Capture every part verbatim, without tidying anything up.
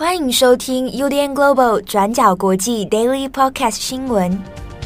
欢迎收听 U D N Global 转角国际 Daily Podcast 新闻。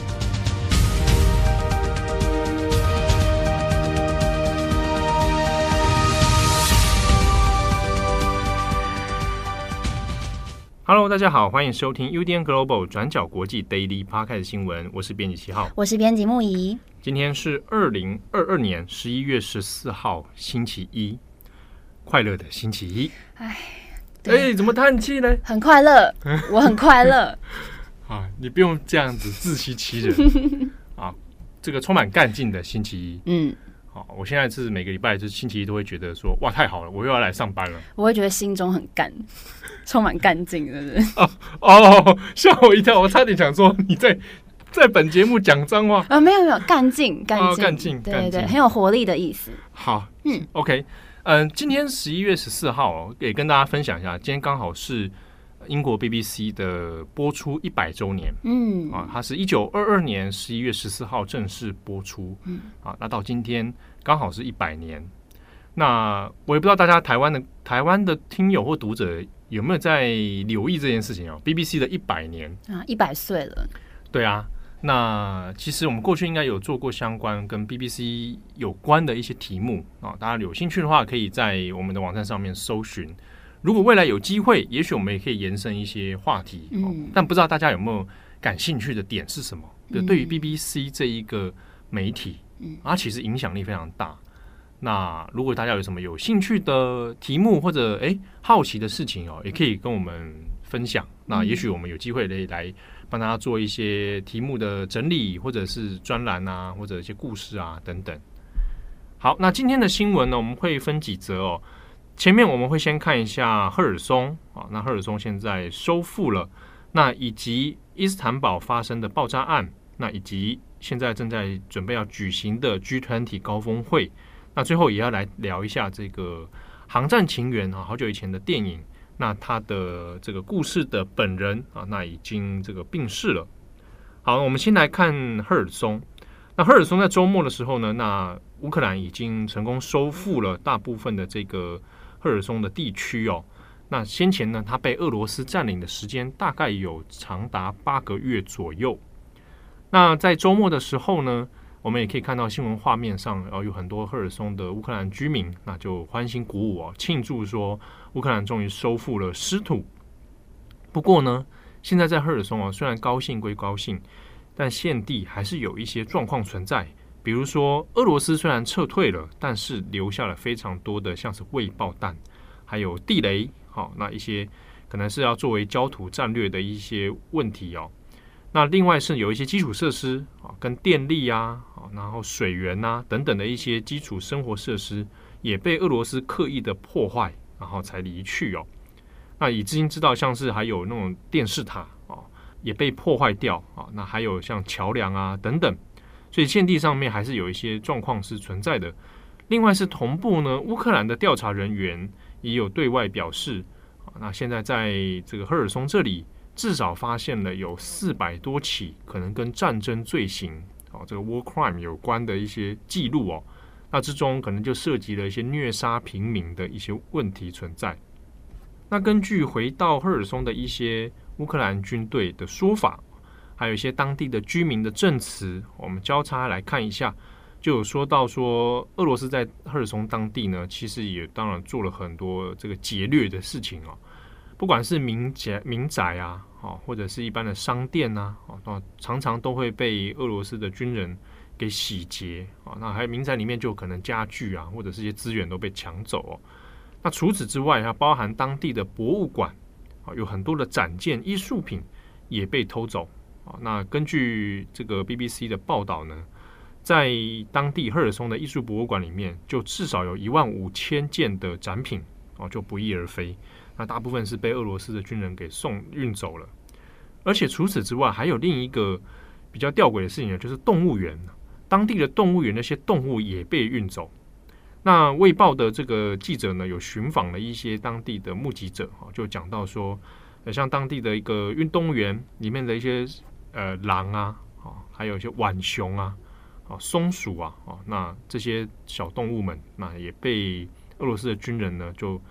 Hello， 大家好，欢迎收听 U D N Global 转角国际 Daily Podcast 新闻，我是编辑七号， 我是编辑木仪。 今天是二零二二年十一月十四号，星期一，快乐的星期一。哎，哎，怎么叹气呢？ 很快乐，我很快乐。 啊，你不用这样子自欺欺人啊！这个充满干劲的星期一，嗯。好，我现在是每个礼拜就是星期一都会觉得说，哇，太好了，我又要来上班了。 我会觉得心中很干，充满干劲，是不是？ 哦哦，吓我一跳，我差点想说你在在本节目讲脏话啊，没有没有，干劲干劲、哦、 干劲， 对对对，很有活力的意思。 好，嗯 ，OK， 嗯、呃，今天十一月十四号、哦，也跟大家分享一下，今天刚好是英国 B B C 的播出一百周年，嗯啊，它是一九二二年十一月十四号正式播出，嗯啊，那到今天刚好是一百年。那我也不知道大家台湾的台湾的听友或读者有没有在留意这件事情哦 ？B B C 的一百年啊，一百岁了。 对啊，那其实我们过去应该有做过相关跟 B B C 有关的一些题目啊，大家有兴趣的话，可以在我们的网站上面搜寻。如果未来有机会，也许我们也可以延伸一些话题，嗯哦、但不知道大家有没有感兴趣的点是什么？嗯、对于 B B C 这一个媒体，嗯、它其实影响力非常大。那如果大家有什么有兴趣的题目或者诶好奇的事情哦，也可以跟我们分享。那也许我们有机会来帮大家做一些题目的整理，或者是专栏啊，或者一些故事啊等等。好，那今天的新闻呢，我们会分几则哦。前面我们会先看一下赫尔松啊，那赫尔松现在收复了，那以及伊斯坦堡发生的爆炸案，那以及现在正在准备要举行的 G 二十 高峰会。那最后也要来聊一下这个《航站情缘》啊，好久以前的电影。那他的这个故事的本人啊，那已经这个病逝了。好，我们先来看赫尔松。那赫尔松在周末的时候呢，那乌克兰已经成功收复了大部分的这个赫尔松的地区哦。那先前呢，他被俄罗斯占领的时间大概有长达八个月左右。那在周末的时候呢，我们也可以看到新闻画面上，呃，有很多赫尔松的乌克兰居民，那就欢欣鼓舞哦，庆祝说乌克兰终于收复了失土。不过呢，现在在赫尔松哦，虽然高兴归高兴，但现地还是有一些状况存在。比如说，俄罗斯虽然撤退了，但是留下了非常多的像是未爆弹，还有地雷，好、哦，那一些可能是要作为焦土战略的一些问题哦。那另外是有一些基础设施啊，跟电力啊，然后水源啊等等的一些基础生活设施也被俄罗斯刻意的破坏，然后才离去哦。那已经知道，像是还有那种电视塔啊，也被破坏掉啊。那还有像桥梁啊等等，所以现地上面还是有一些状况是存在的。另外是同步呢，乌克兰的调查人员也有对外表示啊，那现在在这个赫尔松这里，至少发现了有四百多起可能跟战争罪行、哦、这个 war crime 有关的一些记录哦。那之中可能就涉及了一些虐杀平民的一些问题存在。那根据回到赫尔松的一些乌克兰军队的说法，还有一些当地的居民的证词，我们交叉来看一下，就有说到说，俄罗斯在赫尔松当地呢，其实也当然做了很多这个劫掠的事情哦。不管是民宅、民宅啊，或者是一般的商店啊，常常都会被俄罗斯的军人给洗劫啊。那还有民宅里面就可能家具啊，或者是一些资源都被抢走哦。那除此之外，它包含当地的博物馆啊，有很多的展件、艺术品也被偷走啊。那根据这个 B B C 的报道呢，在当地赫尔松的艺术博物馆里面，就至少有一万五千件的展品哦，就不翼而飞。那大部分是被俄罗斯的军人给送运走了，而且除此之外，还有另一个比较吊诡的事情呢，就是动物园，当地的动物园那些动物也被运走。那卫报的这个记者呢，有寻访了一些当地的目击者，就讲到说，像当地的一个运动物园里面的一些呃狼啊，还有一些浣熊啊、松鼠啊，那这些小动物们，那也被俄罗斯的军人呢就一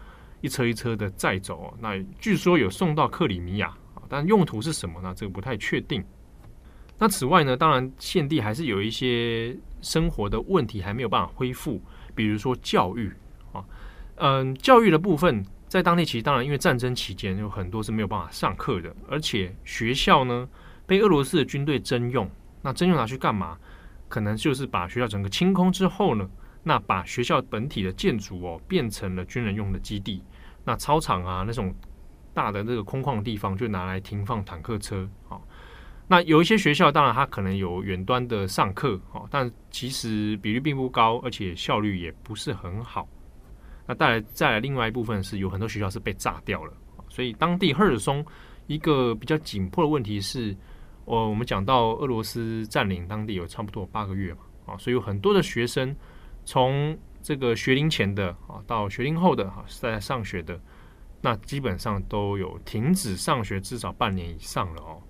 一车一车的载走。那据说有送到克里米亚，但用途是什么呢？这个不太确定。那此外呢，当然现地还是有一些生活的问题还没有办法恢复，比如说教育啊，嗯，教育的部分在当地其实当然因为战争期间有很多是没有办法上课的，而且学校呢被俄罗斯的军队征用，那征用拿去干嘛？可能就是把学校整个清空之后呢，那把学校本体的建筑哦变成了军人用的基地，那操场啊那种大的这个空旷的地方就拿来停放坦克车啊。那有一些学校当然它可能有远端的上课，但其实比率并不高，而且效率也不是很好。那再来再来另外一部分是有很多学校是被炸掉了，所以当地赫尔松一个比较紧迫的问题是，哦，我们讲到俄罗斯占领当地有差不多八个月嘛，啊，所以有很多的学生从这个学龄前的啊到学龄后的啊是在上学的，那基本上都有停止上学至少半年以上了哦。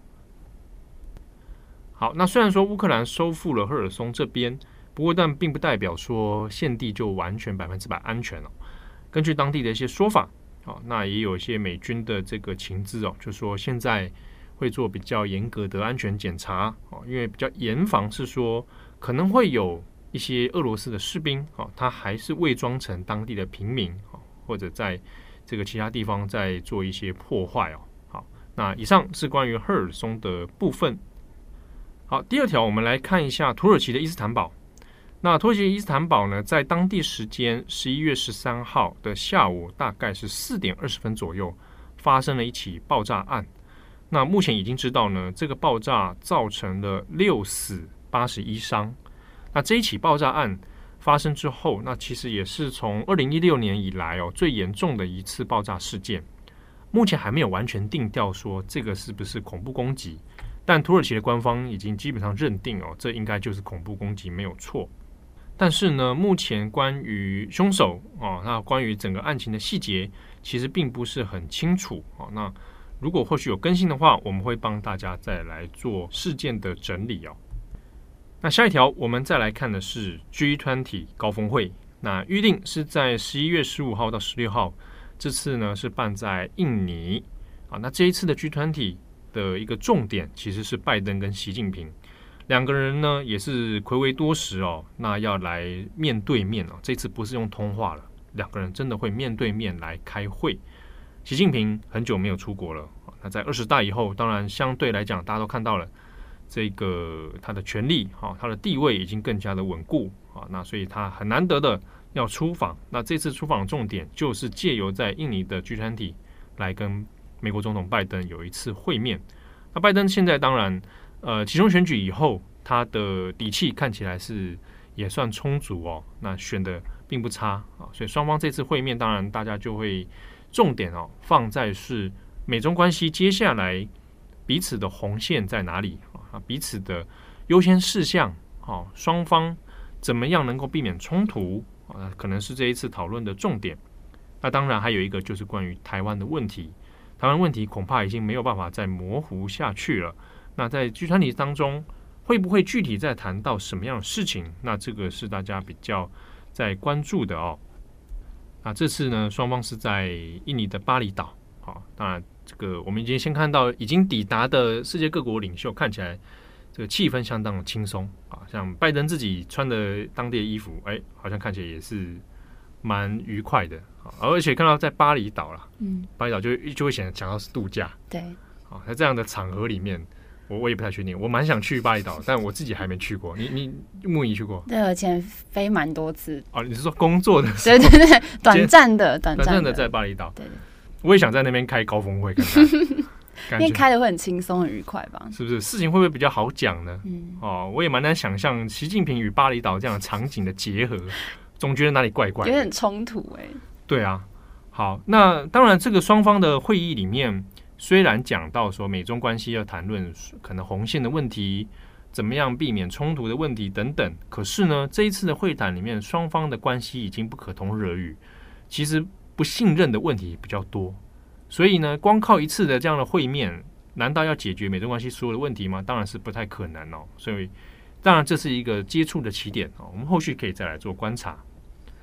好，那虽然说乌克兰收复了赫尔松这边，不过但并不代表说现地就完全百分之百安全哦。根据当地的一些说法，哦，那也有一些美军的这个情资哦，就说现在会做比较严格的安全检查哦，因为比较严防是说可能会有一些俄罗斯的士兵哦，他还是伪装成当地的平民哦，或者在这个其他地方在做一些破坏哦。好，那以上是关于赫尔松的部分。好，第二条我们来看一下土耳其的伊斯坦堡。那土耳其的伊斯坦堡呢，在当地时间十一月十三号的下午，大概是四点二十分左右，发生了一起爆炸案。那目前已经知道呢，这个爆炸造成了六死八十一伤。那这一起爆炸案发生之后，那其实也是从二零一六年以来哦最严重的一次爆炸事件。目前还没有完全定调说这个是不是恐怖攻击。但土耳其的官方已经基本上认定哦，这应该就是恐怖攻击，没有错。但是呢，目前关于凶手哦，那关于整个案情的细节，其实并不是很清楚哦。那如果或许有更新的话，我们会帮大家再来做事件的整理哦。那下一条我们再来看的是 G 二十 高峰会，那预定是在十一月十五号到十六号，这次呢是办在印尼啊。那这一次的 G 二十的一个重点其实是拜登跟习近平两个人呢，也是睽违多时哦，那要来面对面哦，这次不是用通话了，两个人真的会面对面来开会。习近平很久没有出国了，那在二十大以后，当然相对来讲，大家都看到了这个他的权力哈，他的地位已经更加的稳固啊，那所以他很难得的要出访。那这次出访的重点就是借由在印尼的 G 二十 来跟美国总统拜登有一次会面。那拜登现在当然，呃，其中选举以后，他的底气看起来是也算充足哦。那选的并不差啊，所以双方这次会面，当然大家就会重点哦放在是美中关系接下来彼此的红线在哪里啊，彼此的优先事项啊，双方怎么样能够避免冲突啊，可能是这一次讨论的重点。那当然还有一个就是关于台湾的问题。台湾问题恐怕已经没有办法再模糊下去了。那在G 二十当中，会不会具体再谈到什么样的事情？那这个是大家比较在关注的哦。那这次呢，双方是在印尼的巴厘岛。好，当然这个我们已经先看到已经抵达的世界各国领袖，看起来这个气氛相当的轻松啊。像拜登自己穿的当地的衣服，哎，好像看起来也是蛮愉快的。而且看到在巴厘岛啦，嗯，巴厘岛就就会想想到是度假， 对， 啊，在这样的场合里面，我我也不太确定，我蛮想去巴厘岛，但我自己还没去过。你你木仪去过？ 对，我以前飞蛮多次。 哦，你是说工作的时候？ 对对对，短暂的，短暂的在巴厘岛。 对对， 我也想在那边开高峰会看看， 因为开的会很轻松、很愉快吧？ 是不是？事情会不会比较好讲呢？嗯，哦，我也蛮难想象习近平与巴厘岛这样的场景的结合，总觉得哪里怪怪的， 有点冲突哎、欸。 对啊。好，那当然，这个双方的会议里面，虽然讲到说美中关系要谈论可能红线的问题，怎么样避免冲突的问题等等，可是呢，这一次的会谈里面，双方的关系已经不可同日而语，其实不信任的问题比较多，所以呢，光靠一次的这样的会面，难道要解决美中关系所有的问题吗？当然是不太可能哦。所以，当然这是一个接触的起点哦，我们后续可以再来做观察。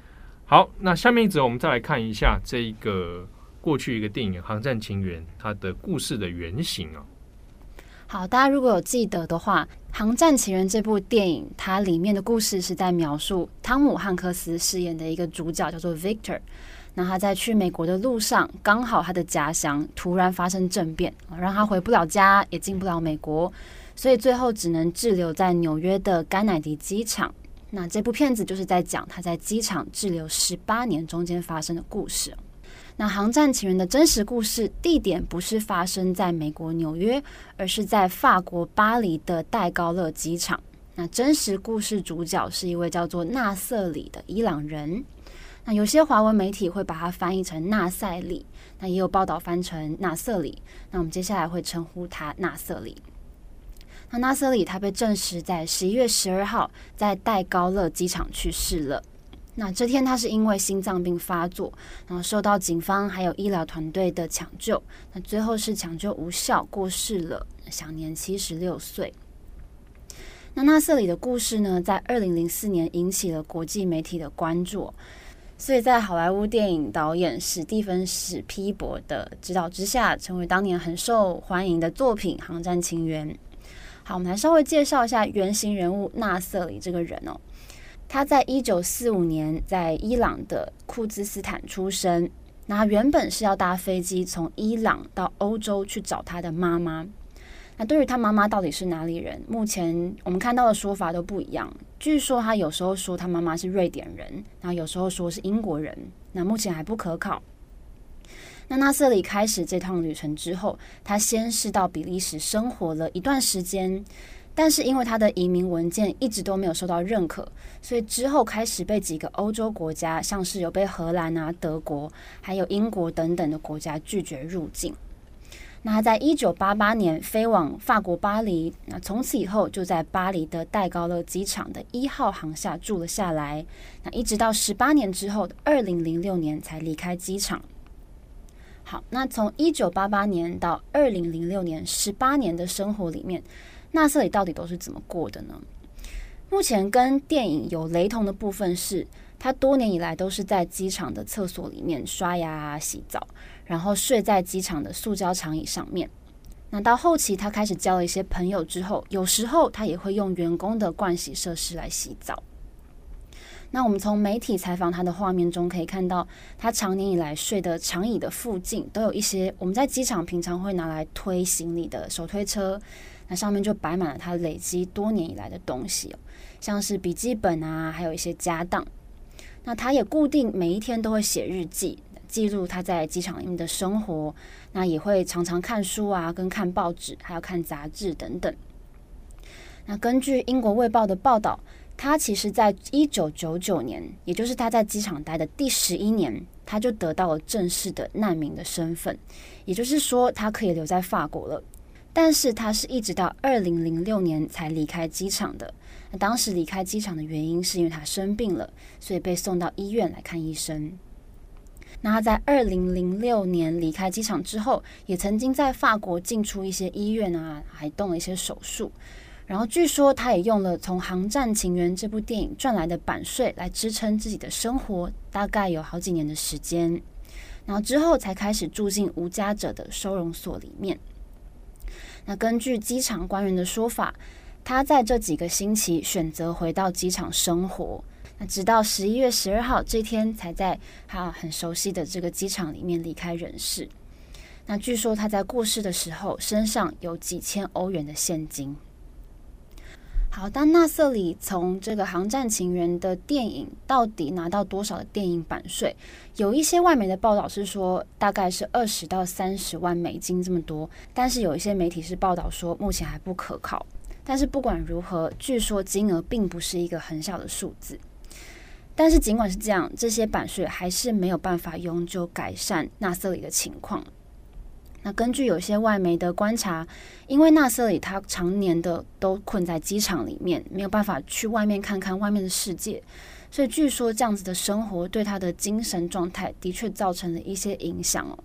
好，那下面一则我们再来看一下这一个过去一个电影《航站情缘》它的故事的原型啊。 好，大家如果有记得的话，《航站情缘》这部电影，它里面的故事是在描述汤姆汉克斯饰演的一个主角叫做 Victor。那他在去美国的路上，刚好他的家乡突然发生政变，让他回不了家，也进不了美国，所以最后只能滞留在纽约的甘乃迪机场。那这部片子就是在讲他在机场滞留十八年中间发生的故事。那《航站情缘》的真实故事地点不是发生在美国纽约，而是在法国巴黎的戴高乐机场。那真实故事主角是一位叫做纳瑟里的伊朗人。那有些华文媒体会把它翻译成纳赛里，那也有报道翻成纳瑟里。那我们接下来会称呼他纳瑟里。那纳瑟里他被证实在十一月十二号在戴高乐机场去世了。那这天他是因为心脏病发作，然后受到警方还有医疗团队的抢救，那最后是抢救无效过世了，享年七十六岁。那纳瑟里的故事呢，在二零零四年引起了国际媒体的关注。所以在好莱坞电影导演史蒂芬史皮伯的指导之下，成为当年很受欢迎的作品《航站情缘》。好，我们来稍微介绍一下原型人物纳瑟里这个人哦。他在一九四五年在伊朗的库兹斯坦出生，那他原本是要搭飞机从伊朗到欧洲去找他的妈妈。那对于他妈妈到底是哪里人，目前我们看到的说法都不一样。据说他有时候说他妈妈是瑞典人，然后有时候说是英国人，那目前还不可考。那纳瑟里开始这趟旅程之后，他先是到比利时生活了一段时间，但是因为他的移民文件一直都没有受到认可，所以之后开始被几个欧洲国家，像是有被荷兰啊、德国还有英国等等的国家拒绝入境。那他在一九八八年飞往法国巴黎，那从此以后就在巴黎的戴高乐机场的一号航厦住了下来。那一直到十八年之后的二零零六年才离开机场。好，那从一九八八年到二零零六年十八年的生活里面，纳瑟里到底都是怎么过的呢？目前跟电影有雷同的部分是，他多年以来都是在机场的厕所里面刷牙啊、洗澡，然后睡在机场的塑胶长椅上面。那到后期他开始交了一些朋友之后，有时候他也会用员工的盥洗设施来洗澡。那我们从媒体采访他的画面中可以看到，他长年以来睡的长椅的附近都有一些我们在机场平常会拿来推行李的手推车，那上面就摆满了他累积多年以来的东西哦，像是笔记本啊，还有一些家当。那他也固定每一天都会写日记，记录他在机场里面的生活，那也会常常看书啊，跟看报纸，还要看杂志等等。那根据英国卫报的报道，他其实在一九九九年，也就是他在机场待的第十一年，他就得到了正式的难民的身份，也就是说他可以留在法国了。但是他是一直到二零零六年才离开机场的。那当时离开机场的原因是因为他生病了，所以被送到医院来看医生。那他在二零零六年离开机场之后，也曾经在法国进出一些医院啊，还动了一些手术。然后据说他也用了从《航站情缘》这部电影赚来的版税来支撑自己的生活，大概有好几年的时间。然后之后才开始住进无家者的收容所里面。那根据机场官员的说法，他在这几个星期选择回到机场生活，那直到十一月十二号这天才在他很熟悉的这个机场里面离开人世。那据说他在过世的时候身上有几千欧元的现金。好，但纳瑟里从这个《航站情缘》的电影到底拿到多少的电影版税？有一些外媒的报道是说大概是二十到三十万美金这么多，但是有一些媒体是报道说目前还不可靠。但是不管如何，据说金额并不是一个很小的数字。但是尽管是这样，这些版税还是没有办法永久改善纳瑟里的情况。那根据有些外媒的观察，因为纳瑟里他常年的都困在机场里面，没有办法去外面看看外面的世界，所以据说这样子的生活对他的精神状态的确造成了一些影响哦。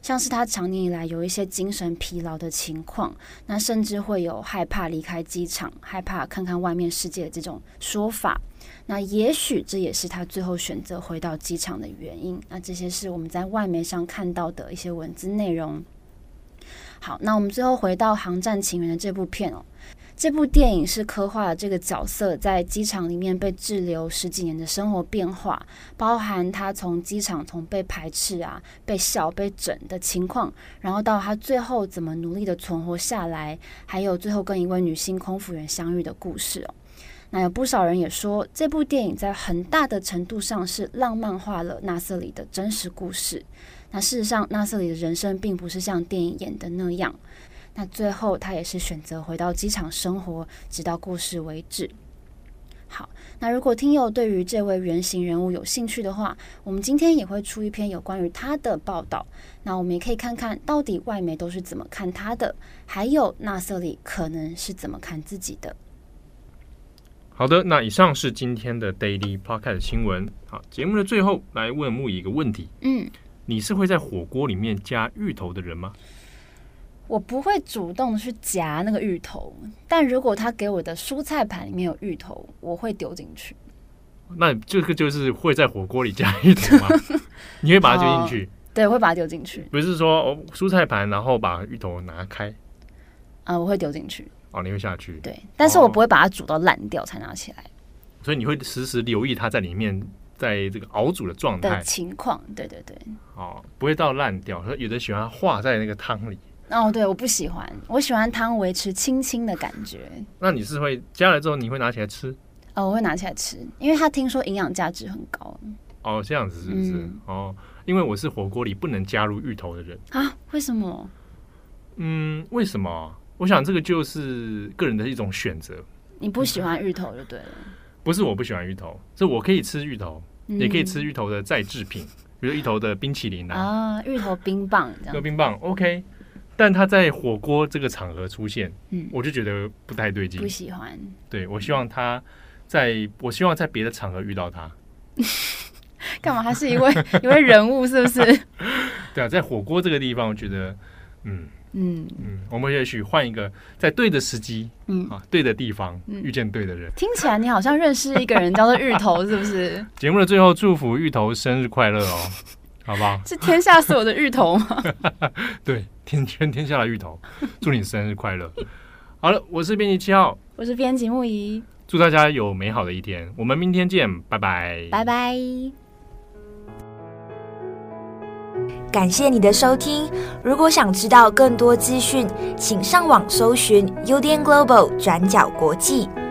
像是他常年以来有一些精神疲劳的情况，那甚至会有害怕离开机场、害怕看看外面世界的这种说法。那也许这也是他最后选择回到机场的原因。那这些是我们在外媒上看到的一些文字内容。好，那我们最后回到《航站情缘》的这部片哦。这部电影是刻画了这个角色在机场里面被滞留十几年的生活变化，包含他从机场从被排斥啊、被笑、被整的情况，然后到他最后怎么努力的存活下来，还有最后跟一位女性空服员相遇的故事哦。那有不少人也说，这部电影在很大的程度上是浪漫化了纳瑟里的真实故事。那事实上，纳瑟里的人生并不是像电影演的那样。那最后他也是选择回到机场生活，直到故事为止。好，那如果听友对于这位原型人物有兴趣的话，我们今天也会出一篇有关于他的报道。那我们也可以看看到底外媒都是怎么看他的，还有纳瑟里可能是怎么看自己的。 好的，那以上是今天的 Daily Podcast 新闻。好，节目的最后来问木一个问题，嗯，你是会在火锅里面加芋头的人吗？ 我不会主动去夹那个芋头，但如果他给我的蔬菜盘里面有芋头，我会丢进去。 那这个就是会在火锅里加芋头吗？你会把它丢进去？ 哦，对，我会把它丢进去。 不是说、哦、蔬菜盘然后把芋头拿开啊、呃，我会丢进去。 哦，你会下去？ 对，但是我不会把它煮到烂掉才拿起来。 所以你会时时留意它在里面，在这个熬煮的状态的情况。对对对。 哦，不会到烂掉。有的喜欢化在那个汤里。 哦，对，我不喜欢，我喜欢汤维持清清的感觉。 那你是会加了之后你会拿起来吃？ 哦，我会拿起来吃，因为他听说营养价值很高。 哦，这样子是不是？嗯、哦，因为我是火锅里不能加入芋头的人啊？为什么？ 嗯，为什么？我想这个就是个人的一种选择。 你不喜欢芋头就对了。 不是我不喜欢芋头，是我可以吃芋头，嗯、也可以吃芋头的再制品，比如芋头的冰淇淋啊， 啊芋头冰棒这样。 芋头冰棒 OK。但他在火锅这个场合出现，嗯，我就觉得不太对劲， 不喜欢。 对，我希望他在，我希望在别的场合遇到他。 干嘛？他是一位一位人物，是不是？ 对啊，在火锅这个地方，我觉得，嗯嗯嗯，我们也许换一个，在对的时机，嗯啊，对的地方、嗯、遇见对的人。 听起来你好像认识一个人，叫做芋头，是不是？ 节目的最后，祝福芋头生日快乐哦！好不好？ 是天下所有的芋头吗？ 对，天全天下的芋头，祝你生日快乐！好了，我是编辑七号， 我是编辑木仪， 祝大家有美好的一天，我们明天见，拜拜， 拜拜。 感谢你的收听，如果想知道更多资讯，请上网搜寻 U D N Global 转角国际。